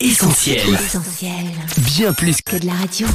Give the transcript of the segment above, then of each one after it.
Essentiel. Bien plus que de la radio.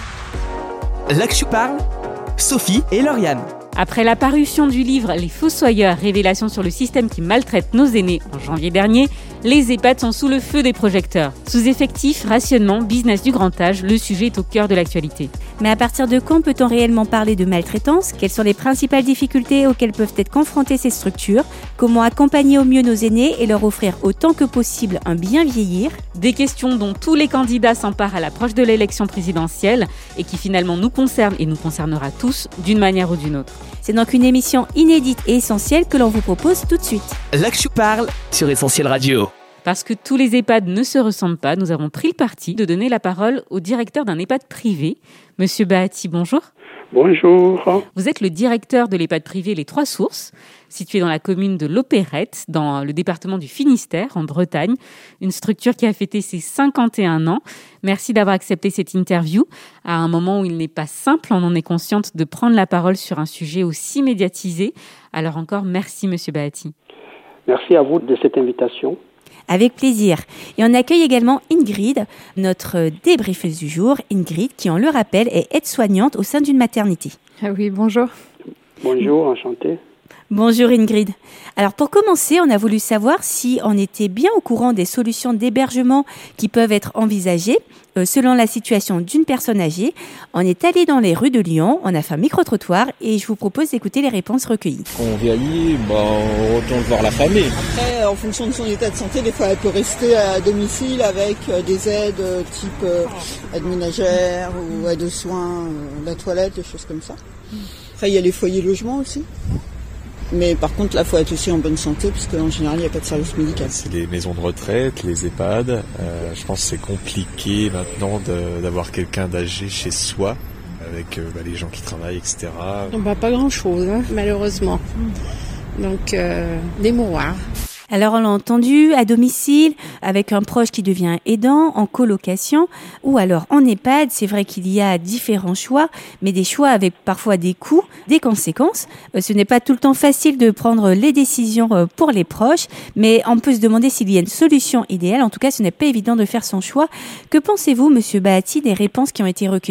L'Axu parle, Sophie et Lauriane. Après la parution du livre « Les Fossoyeurs, révélations sur le système qui maltraite nos aînés » en janvier dernier, les EHPAD sont sous le feu des projecteurs. Sous-effectifs, rationnement, business du grand âge, le sujet est au cœur de l'actualité. Mais à partir de quand peut-on réellement parler de maltraitance ? Quelles sont les principales difficultés auxquelles peuvent être confrontées ces structures ? Comment accompagner au mieux nos aînés et leur offrir autant que possible un bien vieillir ? Des questions dont tous les candidats s'emparent à l'approche de l'élection présidentielle et qui finalement nous concernent et nous concernera tous d'une manière ou d'une autre. C'est donc une émission inédite et essentielle que l'on vous propose tout de suite. L'Axu parle sur Essentiel Radio. Parce que tous les EHPAD ne se ressemblent pas, nous avons pris le parti de donner la parole au directeur d'un EHPAD privé. Monsieur Bahati, bonjour. Bonjour. Vous êtes le directeur de l'EHPAD privé Les Trois Sources, situé dans la commune de l'Opérette, dans le département du Finistère, en Bretagne, une structure qui a fêté ses 51 ans. Merci d'avoir accepté cette interview à un moment où il n'est pas simple, on en est consciente, de prendre la parole sur un sujet aussi médiatisé. Alors encore, merci Monsieur Bahati. Merci à vous de cette invitation. Avec plaisir. Et on accueille également Ingrid, notre débriefeuse du jour. Ingrid, qui on le rappelle, est aide-soignante au sein d'une maternité. Ah oui, bonjour. Bonjour, enchanté. Bonjour Ingrid. Alors pour commencer, on a voulu savoir si on était bien au courant des solutions d'hébergement qui peuvent être envisagées selon la situation d'une personne âgée. On est allé dans les rues de Lyon, on a fait un micro-trottoir et je vous propose d'écouter les réponses recueilles. Quand on vieillit, on retourne voir la famille. Après, en fonction de son état de santé, des fois elle peut rester à domicile avec des aides type aide ménagère ou aide aux soins, la toilette, des choses comme ça. Après, il y a les foyers logements aussi. Mais par contre, là, il faut être aussi en bonne santé, parce qu'en général, il n'y a pas de service médical. C'est les maisons de retraite, les EHPAD. Je pense que c'est compliqué maintenant d'avoir quelqu'un d'âgé chez soi, avec les gens qui travaillent, etc. Pas grand-chose, malheureusement. Donc, des mouroirs. Alors on l'a entendu, à domicile, avec un proche qui devient aidant, en colocation, ou alors en EHPAD. C'est vrai qu'il y a différents choix, mais des choix avec parfois des coûts, des conséquences. Ce n'est pas tout le temps facile de prendre les décisions pour les proches, mais on peut se demander s'il y a une solution idéale. En tout cas, ce n'est pas évident de faire son choix. Que pensez-vous, Monsieur Bahati, des réponses qui ont été recueillies ?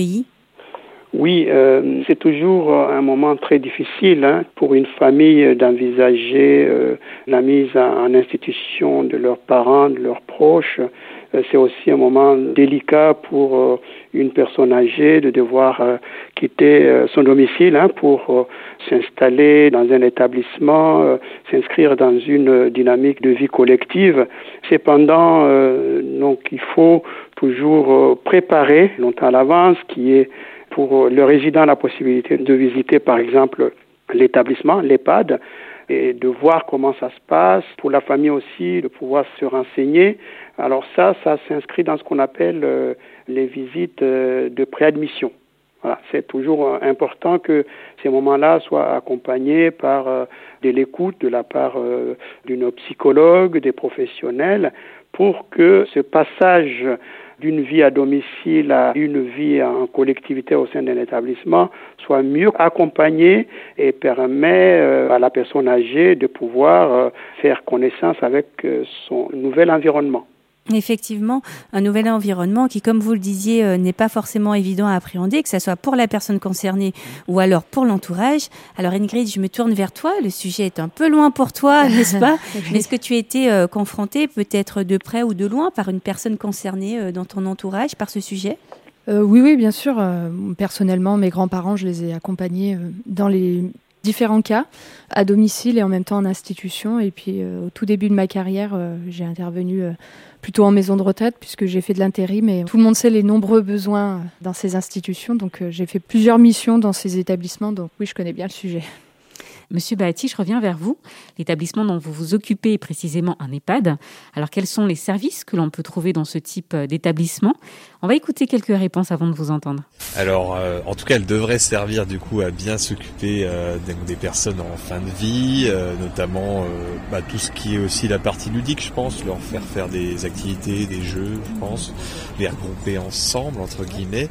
Oui, c'est toujours un moment très difficile pour une famille d'envisager la mise en institution de leurs parents, de leurs proches. C'est aussi un moment délicat pour une personne âgée de devoir quitter son domicile pour s'installer dans un établissement, s'inscrire dans une dynamique de vie collective. Cependant, donc, il faut toujours préparer longtemps à l'avance, qui est pour le résident la possibilité de visiter par exemple l'établissement, l'EHPAD, et de voir comment ça se passe. Pour la famille aussi, de pouvoir se renseigner. Alors ça s'inscrit dans ce qu'on appelle les visites de préadmission. Voilà, c'est toujours important que ces moments-là soient accompagnés par de l'écoute de la part d'une psychologue, des professionnels, pour que ce passage d'une vie à domicile à une vie en collectivité au sein d'un établissement soit mieux accompagné et permet à la personne âgée de pouvoir faire connaissance avec son nouvel environnement. Effectivement, un nouvel environnement qui, comme vous le disiez, n'est pas forcément évident à appréhender, que ce soit pour la personne concernée ou alors pour l'entourage. Alors Ingrid, je me tourne vers toi. Le sujet est un peu loin pour toi, n'est-ce pas ? Mais est-ce que tu as été confrontée peut-être de près ou de loin par une personne concernée dans ton entourage par ce sujet ? Oui, bien sûr. Personnellement, mes grands-parents, je les ai accompagnés dans les différents cas, à domicile et en même temps en institution. Et puis, au tout début de ma carrière, j'ai intervenu plutôt en maison de retraite puisque j'ai fait de l'intérim. Et tout le monde sait les nombreux besoins dans ces institutions. Donc, j'ai fait plusieurs missions dans ces établissements. Donc, oui, je connais bien le sujet. Monsieur Bahati, je reviens vers vous. L'établissement dont vous vous occupez est précisément un EHPAD. Alors, quels sont les services que l'on peut trouver dans ce type d'établissement ? On va écouter quelques réponses avant de vous entendre. Alors, en tout cas, elle devrait servir du coup à bien s'occuper des personnes en fin de vie, notamment tout ce qui est aussi la partie ludique, je pense, leur faire des activités, des jeux, je pense, les regrouper ensemble, entre guillemets,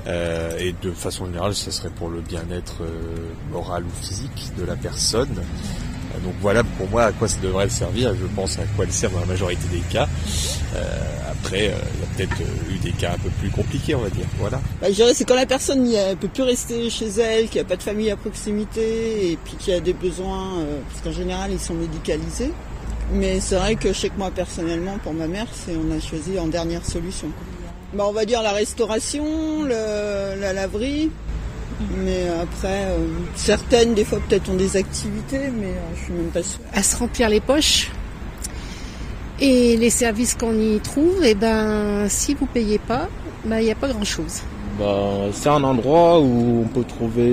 et de façon générale, ce serait pour le bien-être moral ou physique de la personne. Donc voilà pour moi à quoi ça devrait servir, je pense à quoi elle sert dans la majorité des cas. Après, il y a peut-être eu des cas un peu plus compliqués, on va dire. Voilà. Je dirais c'est quand la personne ne peut plus rester chez elle, qu'il n'y a pas de famille à proximité et puis qu'il y a des besoins, parce qu'en général ils sont médicalisés. Mais c'est vrai que je sais que moi personnellement, pour ma mère, on a choisi en dernière solution. On va dire la restauration, la laverie. Mais après, certaines, des fois, peut-être ont des activités, mais je suis même pas sûre. À se remplir les poches. Et les services qu'on y trouve, si vous payez pas, il n'y a pas grand-chose. C'est un endroit où on peut trouver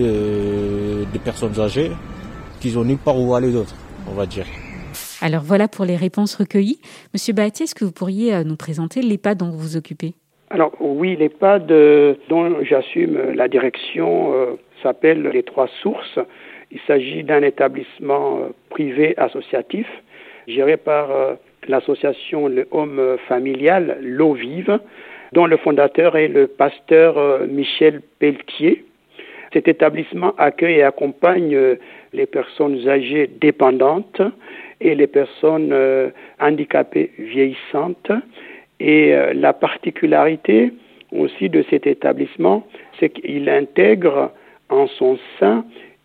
des personnes âgées qui n'ont nulle part où aller d'autre, on va dire. Alors voilà pour les réponses recueillies. Monsieur Bahati, est-ce que vous pourriez nous présenter l'EHPAD dont vous vous occupez ? Alors oui, l'EHPAD dont j'assume la direction s'appelle les Trois Sources. Il s'agit d'un établissement privé associatif géré par l'association Le Homme Familial, l'Eau Vive, dont le fondateur est le pasteur Michel Pelletier. Cet établissement accueille et accompagne les personnes âgées dépendantes et les personnes handicapées vieillissantes. Et la particularité aussi de cet établissement, c'est qu'il intègre en son sein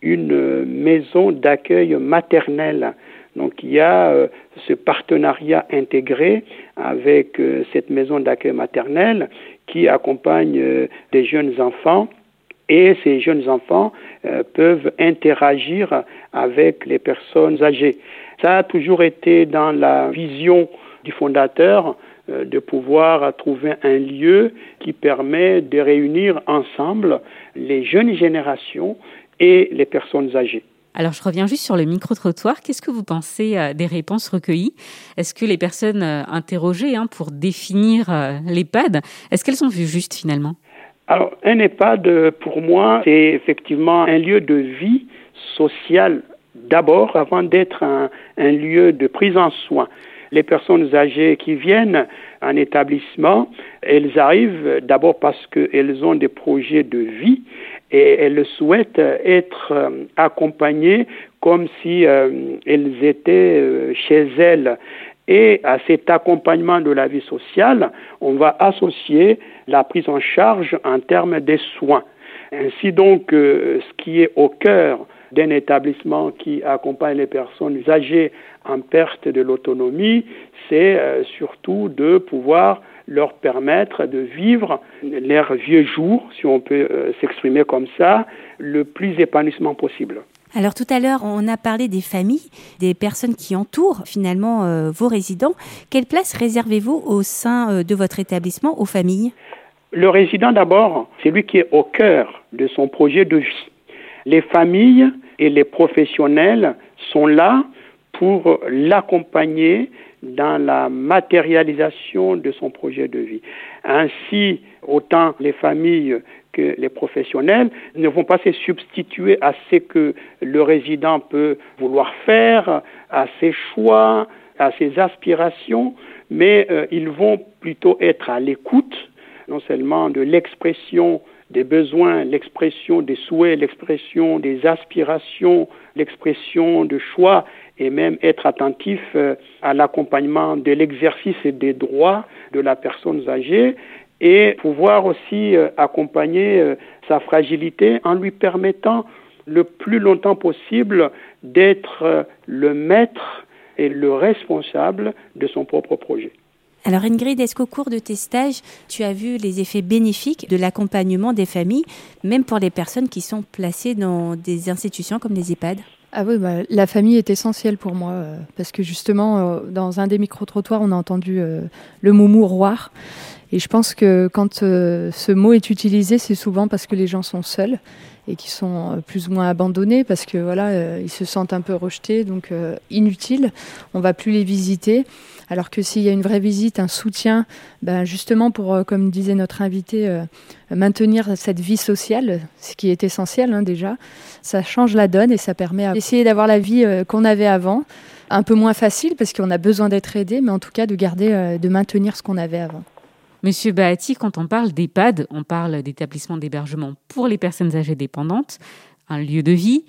une maison d'accueil maternelle. Donc il y a ce partenariat intégré avec cette maison d'accueil maternelle qui accompagne des jeunes enfants. Et ces jeunes enfants peuvent interagir avec les personnes âgées. Ça a toujours été dans la vision du fondateur de pouvoir trouver un lieu qui permet de réunir ensemble les jeunes générations et les personnes âgées. Alors, je reviens juste sur le micro-trottoir. Qu'est-ce que vous pensez des réponses recueillies ? Est-ce que les personnes interrogées pour définir l'EHPAD, est-ce qu'elles ont vu juste finalement ? Alors, un EHPAD, pour moi, c'est effectivement un lieu de vie sociale d'abord, avant d'être un lieu de prise en soin. Les personnes âgées qui viennent en établissement, elles arrivent d'abord parce qu'elles ont des projets de vie et elles souhaitent être accompagnées comme si elles étaient chez elles. Et à cet accompagnement de la vie sociale, on va associer la prise en charge en termes des soins. Ainsi donc, ce qui est au cœur d'un établissement qui accompagne les personnes âgées en perte de l'autonomie, c'est surtout de pouvoir leur permettre de vivre leurs vieux jours, si on peut s'exprimer comme ça, le plus épanouissement possible. Alors tout à l'heure, on a parlé des familles, des personnes qui entourent finalement vos résidents. Quelle place réservez-vous au sein de votre établissement aux familles ? Le résident d'abord, c'est lui qui est au cœur de son projet de vie. Les familles et les professionnels sont là pour l'accompagner dans la matérialisation de son projet de vie. Ainsi, autant les familles que les professionnels ne vont pas se substituer à ce que le résident peut vouloir faire, à ses choix, à ses aspirations, mais ils vont plutôt être à l'écoute, non seulement de l'expression des besoins, l'expression des souhaits, l'expression des aspirations, l'expression de choix et même être attentif à l'accompagnement de l'exercice et des droits de la personne âgée et pouvoir aussi accompagner sa fragilité en lui permettant le plus longtemps possible d'être le maître et le responsable de son propre projet. Alors Ingrid, est-ce qu'au cours de tes stages, tu as vu les effets bénéfiques de l'accompagnement des familles, même pour les personnes qui sont placées dans des institutions comme les EHPAD ? Ah oui, la famille est essentielle pour moi, parce que justement, dans un des micro-trottoirs, on a entendu le mot mouroir. Et je pense que quand ce mot est utilisé, c'est souvent parce que les gens sont seuls et qui sont plus ou moins abandonnés, parce que voilà, ils se sentent un peu rejetés, donc inutiles. On va plus les visiter. Alors que s'il y a une vraie visite, un soutien, justement pour, comme disait notre invité, maintenir cette vie sociale, ce qui est essentiel déjà, ça change la donne et ça permet d'essayer d'avoir la vie qu'on avait avant, un peu moins facile parce qu'on a besoin d'être aidé, mais en tout cas de maintenir ce qu'on avait avant. Monsieur Bahati, quand on parle d'EHPAD, on parle d'établissement d'hébergement pour les personnes âgées dépendantes, un lieu de vie,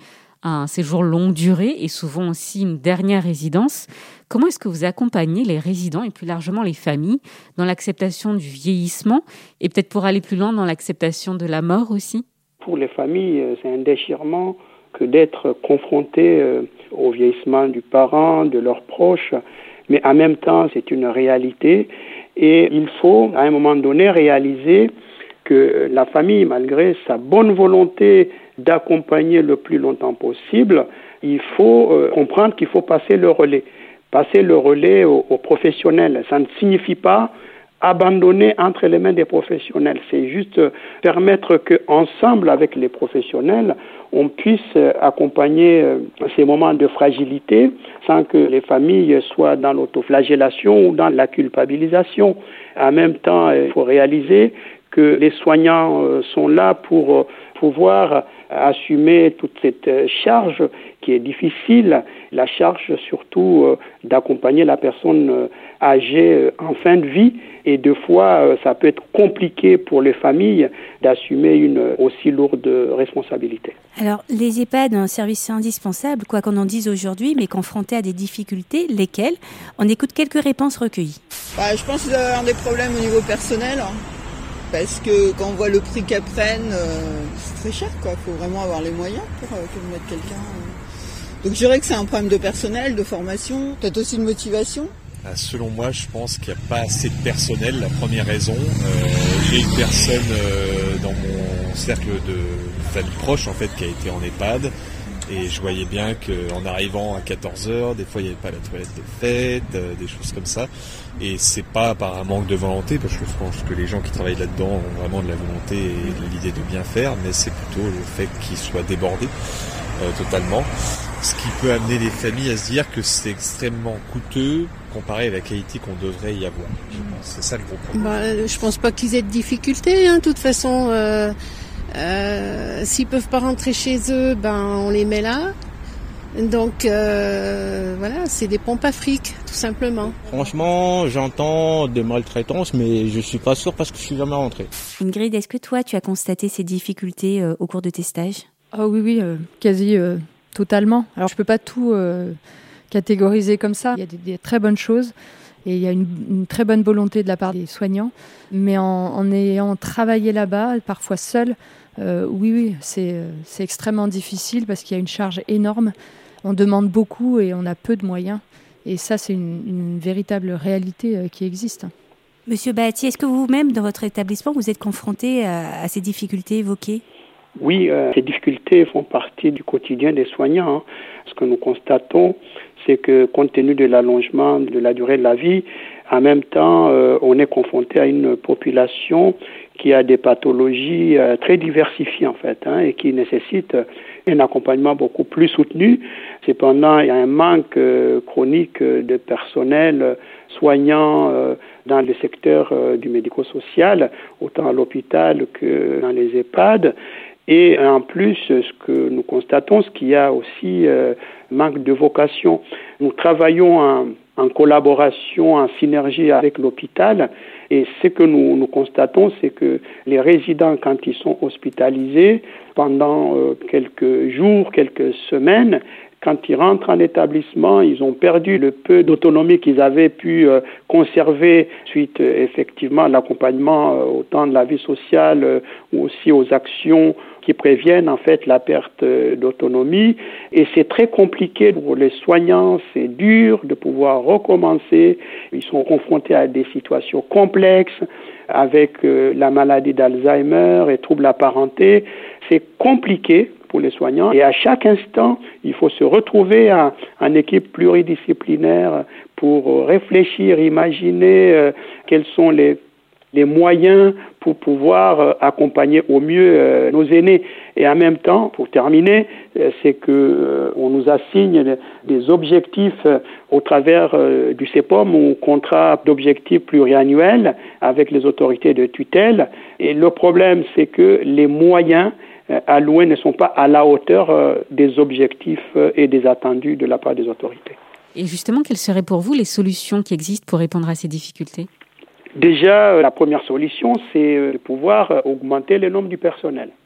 un séjour longue durée et souvent aussi une dernière résidence. Comment est-ce que vous accompagnez les résidents et plus largement les familles dans l'acceptation du vieillissement et peut-être pour aller plus loin dans l'acceptation de la mort aussi? Pour les familles, c'est un déchirement que d'être confronté au vieillissement du parent, de leurs proches, mais en même temps, c'est une réalité et il faut, à un moment donné, réaliser que la famille, malgré sa bonne volonté d'accompagner le plus longtemps possible, il faut comprendre qu'il faut passer le relais. Passer le relais aux professionnels. Ça ne signifie pas abandonner entre les mains des professionnels. C'est juste permettre qu'ensemble avec les professionnels, on puisse accompagner ces moments de fragilité sans que les familles soient dans l'autoflagellation ou dans la culpabilisation. En même temps, il faut réaliser que les soignants sont là pour pouvoir assumer toute cette charge qui est difficile, la charge surtout d'accompagner la personne âgée en fin de vie. Et deux fois, ça peut être compliqué pour les familles d'assumer une aussi lourde responsabilité. Alors, les EHPAD ont un service indispensable, quoi qu'on en dise aujourd'hui, mais confrontés à des difficultés, lesquelles? On écoute quelques réponses recueillies. Je pense qu'ils doivent avoir des problèmes au niveau personnel. Parce que quand on voit le prix qu'elles prennent, c'est très cher, quoi. Il faut vraiment avoir les moyens pour mettre quelqu'un. Donc je dirais que c'est un problème de personnel, de formation, peut-être aussi de motivation. Selon moi, je pense qu'il n'y a pas assez de personnel. La première raison, j'ai une personne dans mon cercle de famille proche en fait qui a été en EHPAD. Et je voyais bien qu'en arrivant à 14h, des fois il n'y avait pas la toilette de fête, des choses comme ça. Et c'est pas par un manque de volonté, parce que je pense que les gens qui travaillent là-dedans ont vraiment de la volonté et de l'idée de bien faire, mais c'est plutôt le fait qu'ils soient débordés totalement. Ce qui peut amener les familles à se dire que c'est extrêmement coûteux comparé à la qualité qu'on devrait y avoir. Je pense. C'est ça le gros problème. Je pense pas qu'ils aient de difficultés, de toute façon. S'ils peuvent pas rentrer chez eux, on les met là. Donc voilà, c'est des pompes à fric, tout simplement. Franchement, j'entends des maltraitances, mais je suis pas sûr parce que je suis jamais rentré. Ingrid, est-ce que toi, tu as constaté ces difficultés au cours de tes stages? Ah oui, quasi totalement. Alors je peux pas tout catégoriser comme ça. Il y a des très bonnes choses et il y a une très bonne volonté de la part des soignants. Mais en ayant travaillé là-bas, parfois seul, oui, c'est extrêmement difficile parce qu'il y a une charge énorme. On demande beaucoup et on a peu de moyens. Et ça, c'est une véritable réalité qui existe. Monsieur Bahati, est-ce que vous-même, dans votre établissement, vous êtes confronté à ces difficultés évoquées? Oui, ces difficultés font partie du quotidien des soignants. Ce que nous constatons, c'est que compte tenu de l'allongement de la durée de la vie, en même temps, on est confronté à une population qui a des pathologies très diversifiées en fait, et qui nécessitent un accompagnement beaucoup plus soutenu. Cependant, il y a un manque chronique de personnel soignant dans le secteur du médico-social, autant à l'hôpital que dans les EHPAD. Et en plus, ce que nous constatons, c'est qu'il y a aussi manque de vocation. Nous travaillons en collaboration, en synergie avec l'hôpital. Et ce que nous constatons, c'est que les résidents, quand ils sont hospitalisés, pendant quelques jours, quelques semaines, quand ils rentrent en établissement, ils ont perdu le peu d'autonomie qu'ils avaient pu conserver suite effectivement à l'accompagnement autant de la vie sociale ou aussi aux actions qui préviennent en fait la perte d'autonomie. Et c'est très compliqué pour les soignants, c'est dur de pouvoir recommencer. Ils sont confrontés à des situations complexes avec la maladie d'Alzheimer et troubles apparentés. C'est compliqué pour les soignants et à chaque instant, il faut se retrouver en équipe pluridisciplinaire pour réfléchir, imaginer quels sont les moyens pour pouvoir accompagner au mieux nos aînés. Et en même temps, pour terminer, c'est que on nous assigne des objectifs au travers du CEPOM ou contrat d'objectifs pluriannuels avec les autorités de tutelle. Et le problème, c'est que les moyens alloués ne sont pas à la hauteur des objectifs et des attendus de la part des autorités. Et justement, quelles seraient pour vous les solutions qui existent pour répondre à ces difficultés ? Déjà, la première solution, c'est de pouvoir augmenter le nombre du personnel.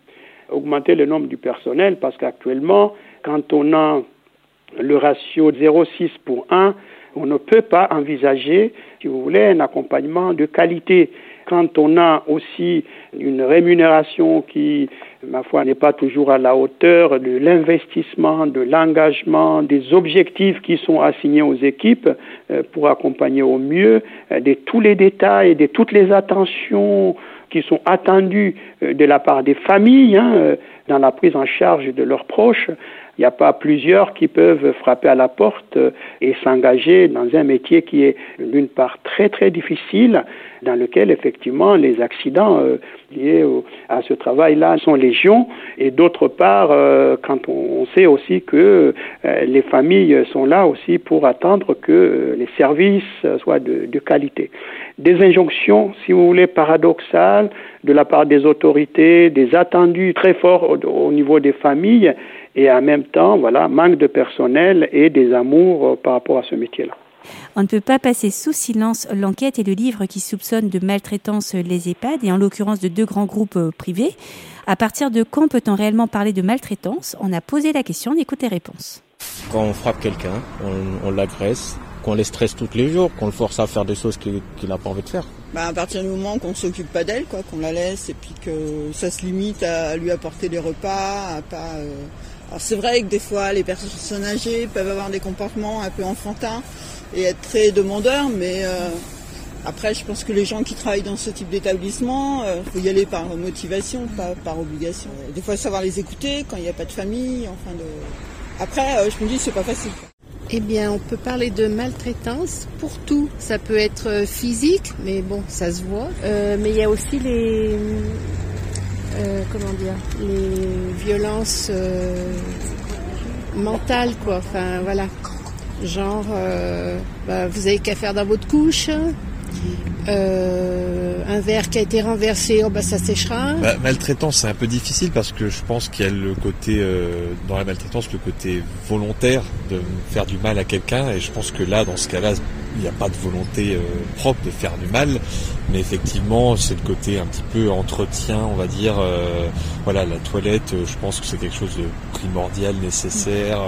augmenter le nombre du personnel parce qu'actuellement, quand on a le ratio 0,6 pour 1, on ne peut pas envisager, si vous voulez, un accompagnement de qualité. Quand on a aussi une rémunération qui, ma foi, n'est pas toujours à la hauteur de l'investissement, de l'engagement, des objectifs qui sont assignés aux équipes pour accompagner au mieux, de tous les détails, de toutes les attentions qui sont attendues de la part des familles dans la prise en charge de leurs proches. Il n'y a pas plusieurs qui peuvent frapper à la porte et s'engager dans un métier qui est d'une part très très difficile, dans lequel effectivement les accidents liés à ce travail-là sont légion, et d'autre part quand on sait aussi que les familles sont là aussi pour attendre que les services soient de qualité. Des injonctions, si vous voulez, paradoxales de la part des autorités, des attendus très forts au niveau des familles, et en même temps, voilà, manque de personnel et des amours par rapport à ce métier-là. On ne peut pas passer sous silence l'enquête et le livre qui soupçonne de maltraitance les EHPAD, et en l'occurrence de 2 grands groupes privés. À partir de quand peut-on réellement parler de maltraitance ? On a posé la question, on écoute les réponses. Quand on frappe quelqu'un, on l'agresse, qu'on les stresse tous les jours, qu'on le force à faire des choses qu'il n'a pas envie de faire. À partir du moment qu'on s'occupe pas d'elle, quoi, qu'on la laisse, et puis que ça se limite à lui apporter des repas, à pas... Alors c'est vrai que des fois les personnes âgées peuvent avoir des comportements un peu enfantins et être très demandeurs, mais après je pense que les gens qui travaillent dans ce type d'établissement, faut y aller par motivation, pas par obligation. Des fois savoir les écouter quand il n'y a pas de famille, Après je me dis c'est pas facile. Eh bien, on peut parler de maltraitance pour tout. Ça peut être physique, mais bon, ça se voit. Mais il y a aussi les violences mentales, quoi. Enfin, voilà. Genre, vous avez qu'à faire dans votre couche. Un verre qui a été renversé, ça séchera. Maltraitance, c'est un peu difficile parce que je pense qu'il y a le côté, dans la maltraitance, le côté volontaire de faire du mal à quelqu'un, et je pense que là, dans ce cas-là, il n'y a pas de volonté propre de faire du mal, mais effectivement, c'est le côté un petit peu entretien, on va dire, la toilette, je pense que c'est quelque chose de primordial, nécessaire,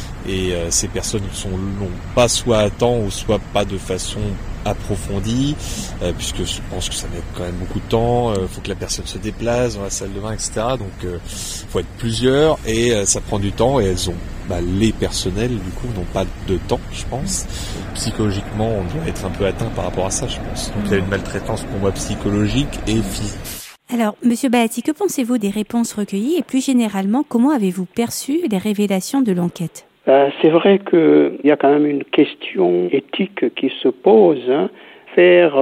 et ces personnes n'ont pas soit à temps ou soit pas de façon approfondie, puisque je pense que ça met quand même beaucoup de temps, faut que la personne se déplace dans la salle de bain, etc. Donc faut être plusieurs, et ça prend du temps, et elles ont les personnels du coup n'ont pas de temps, je pense. Psychologiquement, on doit être un peu atteint par rapport à ça, je pense. Donc il y a une maltraitance pour moi psychologique et physique. Alors, Monsieur Bahati, que pensez-vous des réponses recueillies, et plus généralement, comment avez-vous perçu les révélations de l'enquête ? C'est vrai qu'il y a quand même une question éthique qui se pose. Faire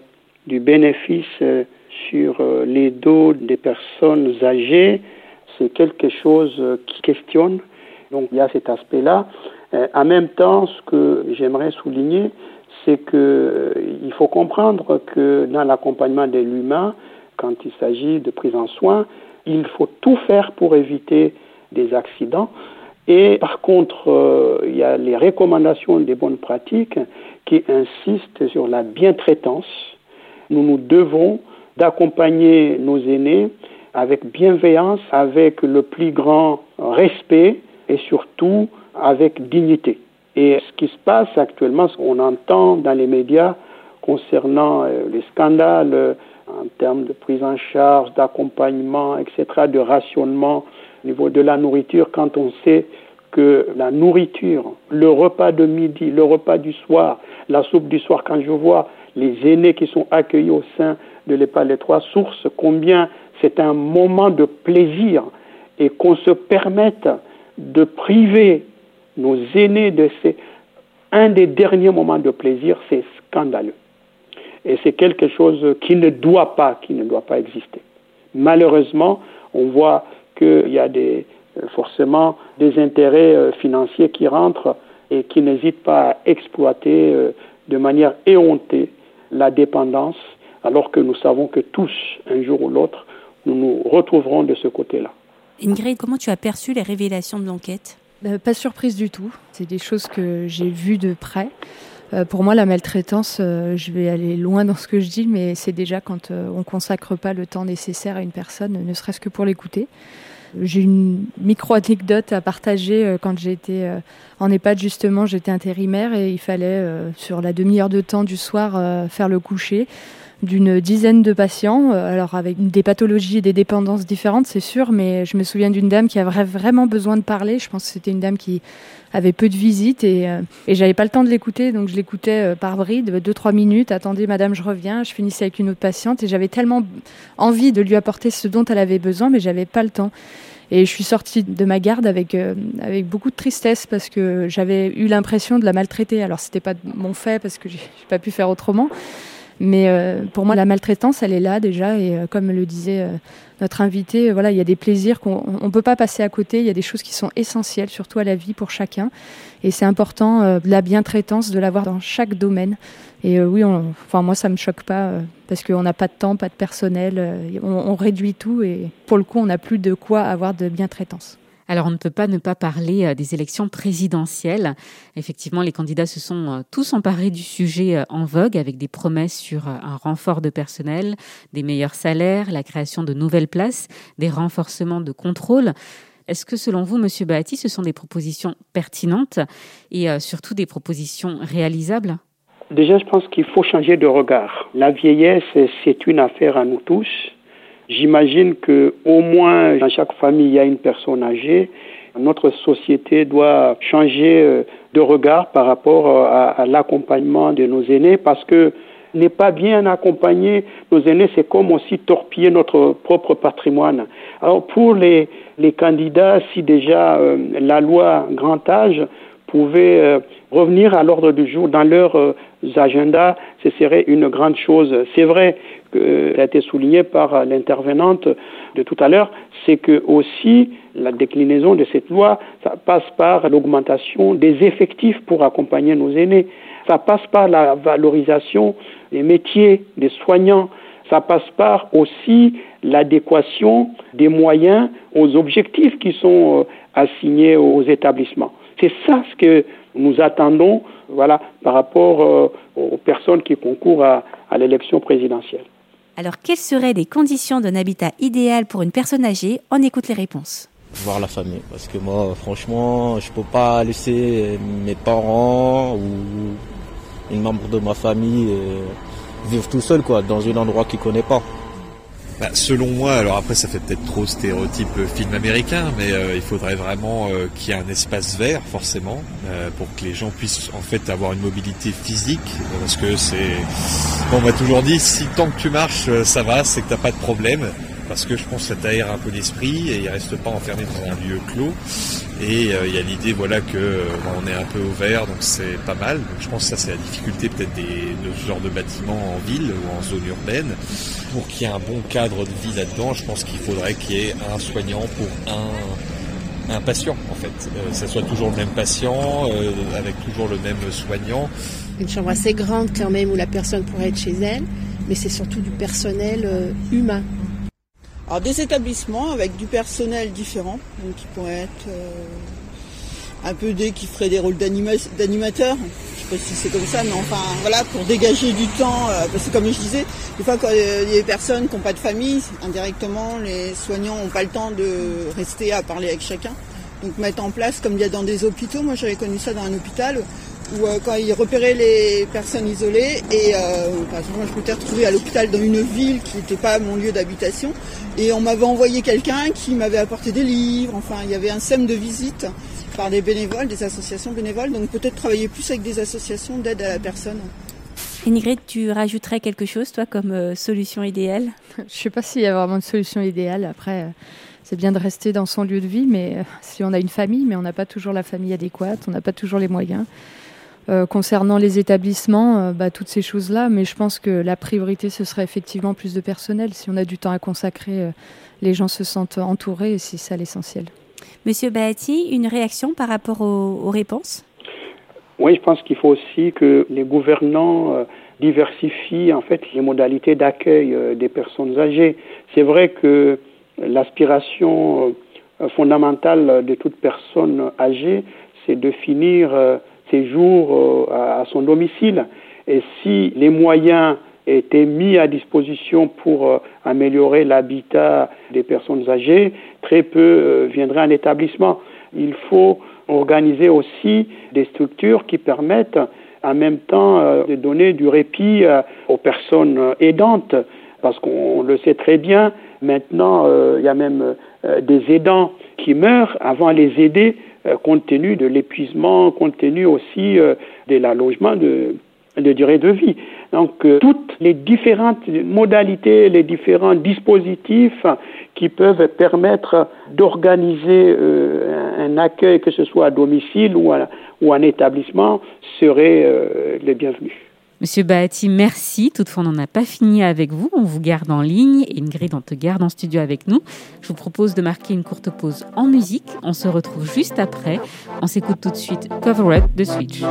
du bénéfice sur les dos des personnes âgées, c'est quelque chose qui questionne. Donc il y a cet aspect-là. En même temps, ce que j'aimerais souligner, c'est qu'il faut comprendre que dans l'accompagnement de l'humain, quand il s'agit de prise en soin, il faut tout faire pour éviter des accidents. Et par contre, il y a les recommandations des bonnes pratiques qui insistent sur la bientraitance. Nous devons d'accompagner nos aînés avec bienveillance, avec le plus grand respect et surtout avec dignité. Et ce qui se passe actuellement, ce qu'on entend dans les médias concernant les scandales en termes de prise en charge, d'accompagnement, etc., de rationnement au niveau de la nourriture, quand on sait que la nourriture, le repas de midi, le repas du soir, la soupe du soir, quand je vois les aînés qui sont accueillis au sein de l'EHPAD Les Trois Sources, combien c'est un moment de plaisir, et qu'on se permette de priver nos aînés de un des derniers moments de plaisir, c'est scandaleux. Et c'est quelque chose qui ne doit pas exister. Malheureusement, on voit qu'il y a forcément des intérêts financiers qui rentrent et qui n'hésitent pas à exploiter de manière éhontée la dépendance, alors que nous savons que tous, un jour ou l'autre, nous nous retrouverons de ce côté-là. Ingrid, comment tu as perçu les révélations de l'enquête ? Pas surprise du tout. C'est des choses que j'ai vues de près. Pour moi, la maltraitance, je vais aller loin dans ce que je dis, mais c'est déjà quand on consacre pas le temps nécessaire à une personne, ne serait-ce que pour l'écouter. J'ai une micro-anecdote à partager. Quand j'étais en EHPAD, justement, j'étais intérimaire et il fallait, sur la demi-heure de temps du soir, faire le coucher d'une dizaine de patients, alors avec des pathologies et des dépendances différentes, c'est sûr, mais je me souviens d'une dame qui avait vraiment besoin de parler. Je pense que c'était une dame qui avait peu de visites et j'avais pas le temps de l'écouter, donc je l'écoutais par bride, 2-3 minutes. Attendez, madame, je reviens. Je finissais avec une autre patiente et j'avais tellement envie de lui apporter ce dont elle avait besoin, mais j'avais pas le temps. Et je suis sortie de ma garde avec beaucoup de tristesse parce que j'avais eu l'impression de la maltraiter. Alors c'était pas mon fait parce que j'ai pas pu faire autrement. Mais pour moi, la maltraitance, elle est là déjà. Et comme le disait notre invité, voilà, il y a des plaisirs qu'on ne peut pas passer à côté. Il y a des choses qui sont essentielles, surtout à la vie pour chacun. Et c'est important, la bientraitance, de l'avoir dans chaque domaine. Et oui, moi, ça ne me choque pas parce qu'on n'a pas de temps, pas de personnel. On réduit tout et pour le coup, on n'a plus de quoi avoir de bientraitance. Alors, on ne peut pas ne pas parler des élections présidentielles. Effectivement, les candidats se sont tous emparés du sujet en vogue avec des promesses sur un renfort de personnel, des meilleurs salaires, la création de nouvelles places, des renforcements de contrôle. Est-ce que, selon vous, Monsieur Bahati, ce sont des propositions pertinentes et surtout des propositions réalisables ? Déjà, je pense qu'il faut changer de regard. La vieillesse, c'est une affaire à nous tous. J'imagine que au moins dans chaque famille, il y a une personne âgée. Notre société doit changer de regard par rapport à l'accompagnement de nos aînés parce que n'est pas bien accompagner nos aînés, c'est comme aussi torpiller notre propre patrimoine. Alors pour les candidats, si déjà la loi grand âge pouvait revenir à l'ordre du jour dans leurs agendas, ce serait une grande chose. C'est vrai que ça a été souligné par l'intervenante de tout à l'heure, c'est que aussi la déclinaison de cette loi, ça passe par l'augmentation des effectifs pour accompagner nos aînés. Ça passe par la valorisation des métiers, des soignants. Ça passe par aussi l'adéquation des moyens aux objectifs qui sont assignés aux établissements. C'est ça ce que nous attendons, par rapport aux personnes qui concourent à l'élection présidentielle. Alors, quelles seraient les conditions d'un habitat idéal pour une personne âgée ? On écoute les réponses. Voir la famille, parce que moi, franchement, je peux pas laisser mes parents ou une membre de ma famille vivre tout seul, dans un endroit qu'ils connaissent pas. Selon moi, alors après ça fait peut-être trop stéréotype film américain, mais il faudrait vraiment qu'il y ait un espace vert forcément pour que les gens puissent en fait avoir une mobilité physique, parce que on m'a toujours dit si tant que tu marches ça va, c'est que t'as pas de problème, parce que je pense que ça t'aère un peu l'esprit et il reste pas enfermé dans un lieu clos. Et il y a l'idée que on est un peu au vert, donc c'est pas mal. Donc je pense que ça c'est la difficulté peut-être de ce genre de bâtiments en ville ou en zone urbaine. Pour qu'il y ait un bon cadre de vie là-dedans, je pense qu'il faudrait qu'il y ait un soignant pour un patient en fait. Ça soit toujours le même patient, avec toujours le même soignant. Une chambre assez grande quand même où la personne pourrait être chez elle, mais c'est surtout du personnel humain. Alors des établissements avec du personnel différent, donc qui pourraient être un peu qui feraient des rôles d'animateurs. Je sais pas si c'est comme ça, mais enfin voilà, pour dégager du temps, parce que comme je disais, des fois quand il y a des personnes qui n'ont pas de famille, indirectement les soignants n'ont pas le temps de rester à parler avec chacun. Donc mettre en place, comme il y a dans des hôpitaux, moi j'avais connu ça dans un hôpital, où quand ils repéraient les personnes isolées, et par exemple je m'étais retrouvée à l'hôpital dans une ville qui n'était pas mon lieu d'habitation, et on m'avait envoyé quelqu'un qui m'avait apporté des livres, enfin il y avait un SEM de visite par des bénévoles, des associations bénévoles, donc peut-être travailler plus avec des associations d'aide à la personne. Ingrid, tu rajouterais quelque chose, toi, comme solution idéale ? Je ne sais pas s'il y a vraiment de solution idéale. Après, c'est bien de rester dans son lieu de vie, mais si on a une famille, mais on n'a pas toujours la famille adéquate, on n'a pas toujours les moyens. Concernant les établissements, toutes ces choses-là, mais je pense que la priorité, ce serait effectivement plus de personnel. Si on a du temps à consacrer, les gens se sentent entourés et c'est ça l'essentiel. Monsieur Bahati, une réaction par rapport aux réponses ? Oui, je pense qu'il faut aussi que les gouvernants diversifient en fait les modalités d'accueil des personnes âgées. C'est vrai que l'aspiration fondamentale de toute personne âgée, c'est de finir séjour à son domicile. Et si les moyens étaient mis à disposition pour améliorer l'habitat des personnes âgées, très peu viendraient en établissement. Il faut organiser aussi des structures qui permettent en même temps de donner du répit aux personnes aidantes, parce qu'on le sait très bien, maintenant il y a même des aidants qui meurent avant les aider compte tenu de l'épuisement, compte tenu aussi de l'allongement de durée de vie. Donc toutes les différentes modalités, les différents dispositifs qui peuvent permettre d'organiser un accueil, que ce soit à domicile ou en établissement, seraient les bienvenus. Monsieur Bahati, merci. Toutefois, on n'en a pas fini avec vous. On vous garde en ligne et Ingrid, on te garde en studio avec nous. Je vous propose de marquer une courte pause en musique. On se retrouve juste après. On s'écoute tout de suite Cover Up de Switch.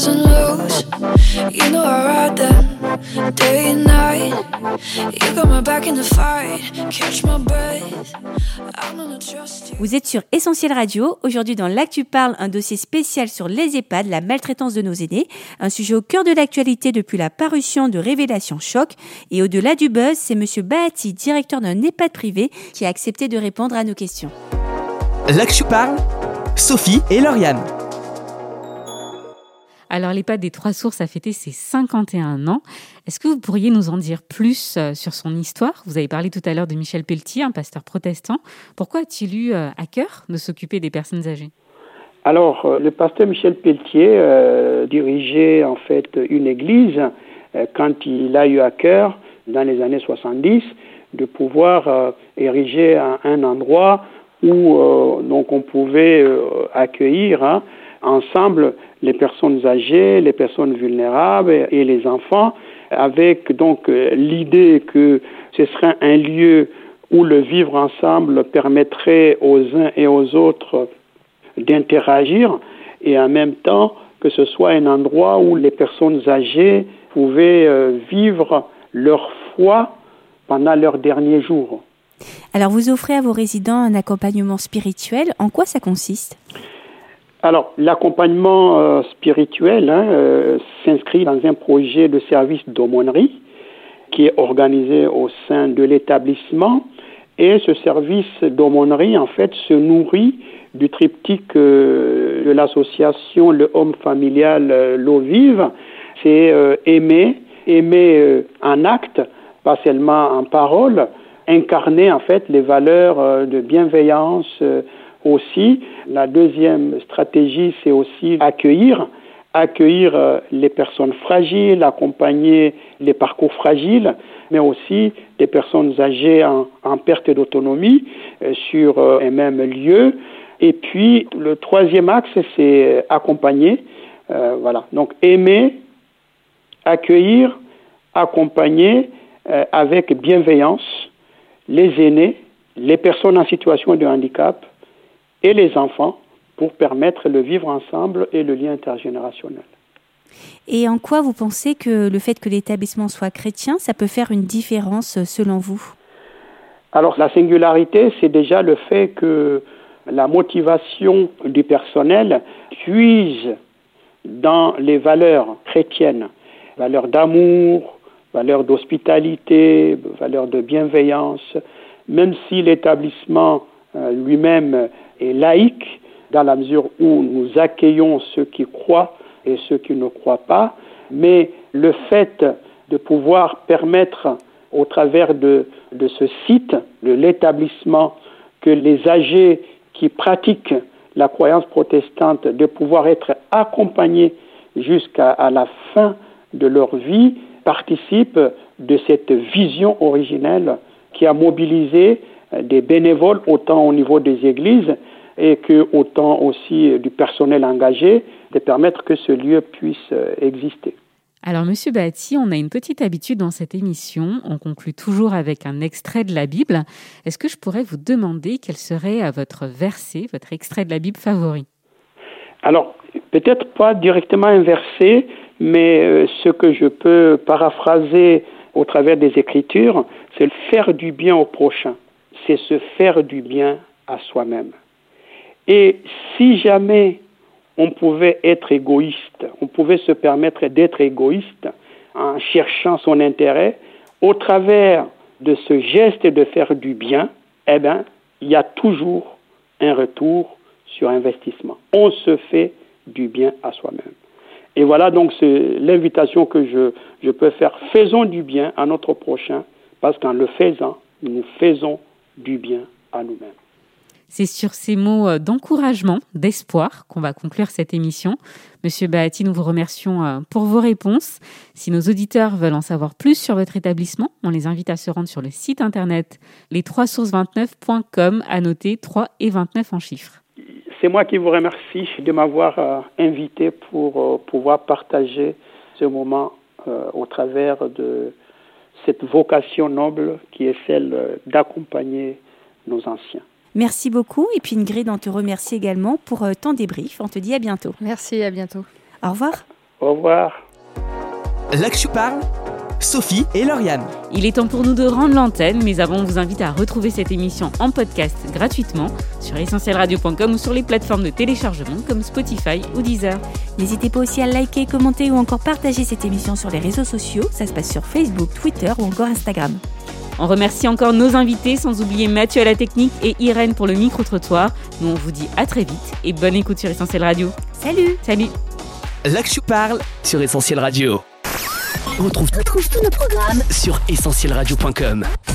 Vous êtes sur Essentiel Radio. Aujourd'hui, dans l'Actu Parle, un dossier spécial sur les EHPAD, la maltraitance de nos aînés. Un sujet au cœur de l'actualité depuis la parution de Révélation Choc. Et au-delà du buzz, c'est Monsieur Bahati, directeur d'un EHPAD privé, qui a accepté de répondre à nos questions. L'Actu Parle, Sophie et Lauriane. Alors, l'EHPAD des Trois Sources a fêté ses 51 ans. Est-ce que vous pourriez nous en dire plus sur son histoire ? Vous avez parlé tout à l'heure de Michel Pelletier, un pasteur protestant. Pourquoi a-t-il eu à cœur de s'occuper des personnes âgées ? Alors, le pasteur Michel Pelletier dirigeait en fait une église quand il a eu à cœur, dans les années 70, de pouvoir ériger un endroit où donc on pouvait accueillir ensemble les personnes âgées, les personnes vulnérables et les enfants, avec donc l'idée que ce serait un lieu où le vivre ensemble permettrait aux uns et aux autres d'interagir, et en même temps que ce soit un endroit où les personnes âgées pouvaient vivre leur foi pendant leurs derniers jours. Alors, vous offrez à vos résidents un accompagnement spirituel. En quoi ça consiste ? Alors, l'accompagnement spirituel s'inscrit dans un projet de service d'aumônerie qui est organisé au sein de l'établissement. Et ce service d'aumônerie, en fait, se nourrit du triptyque de l'association Le Homme Familial L'Eau Vive. C'est aimer en acte, pas seulement en parole, incarner en fait les valeurs de bienveillance aussi. La deuxième stratégie, c'est aussi accueillir les personnes fragiles, accompagner les parcours fragiles, mais aussi des personnes âgées en perte d'autonomie sur un même lieu. Et puis, le troisième axe, c'est accompagner. Voilà. Donc, aimer, accueillir, accompagner avec bienveillance les aînés, les personnes en situation de handicap et les enfants pour permettre le vivre ensemble et le lien intergénérationnel. Et en quoi vous pensez que le fait que l'établissement soit chrétien, ça peut faire une différence selon vous ? Alors, la singularité, c'est déjà le fait que la motivation du personnel puise dans les valeurs chrétiennes, valeurs d'amour, valeurs d'hospitalité, valeurs de bienveillance, même si l'établissement lui-même est laïque, dans la mesure où nous accueillons ceux qui croient et ceux qui ne croient pas, mais le fait de pouvoir permettre au travers de ce site, de l'établissement, que les âgés qui pratiquent la croyance protestante, de pouvoir être accompagnés jusqu'à la fin de leur vie, participe de cette vision originelle qui a mobilisé des bénévoles autant au niveau des églises et que autant aussi du personnel engagé, de permettre que ce lieu puisse exister. Alors, Monsieur Bahati, on a une petite habitude dans cette émission. On conclut toujours avec un extrait de la Bible. Est-ce que je pourrais vous demander quel serait votre verset, votre extrait de la Bible favori ? Alors, peut-être pas directement un verset, mais ce que je peux paraphraser au travers des Écritures, c'est faire du bien au prochain. C'est se faire du bien à soi-même. Et si jamais on pouvait être égoïste, on pouvait se permettre d'être égoïste en cherchant son intérêt, au travers de ce geste de faire du bien, il y a toujours un retour sur investissement. On se fait du bien à soi-même. Et voilà donc c'est l'invitation que je peux faire. Faisons du bien à notre prochain, parce qu'en le faisant, nous faisons du bien à nous-mêmes. C'est sur ces mots d'encouragement, d'espoir qu'on va conclure cette émission. Monsieur Bahati, nous vous remercions pour vos réponses. Si nos auditeurs veulent en savoir plus sur votre établissement, on les invite à se rendre sur le site internet les3sources29.com, à noter 3 et 29 en chiffres. C'est moi qui vous remercie de m'avoir invité pour pouvoir partager ce moment au travers de cette vocation noble qui est celle d'accompagner nos anciens. Merci beaucoup. Et puis Ingrid, on te remercie également pour ton débrief. On te dit à bientôt. Merci, à bientôt. Au revoir. Au revoir. L'Actu parle, Sophie et Lauriane. Il est temps pour nous de rendre l'antenne, mais avant, on vous invite à retrouver cette émission en podcast gratuitement sur essentielradio.com ou sur les plateformes de téléchargement comme Spotify ou Deezer. N'hésitez pas aussi à liker, commenter ou encore partager cette émission sur les réseaux sociaux. Ça se passe sur Facebook, Twitter ou encore Instagram. On remercie encore nos invités, sans oublier Mathieu à la technique et Irène pour le micro-trottoir. Nous, on vous dit à très vite et bonne écoute sur Essentiel Radio. Salut. Salut. L'Actu parle sur Essentiel Radio. Retrouve tous nos programmes sur essentielradio.com.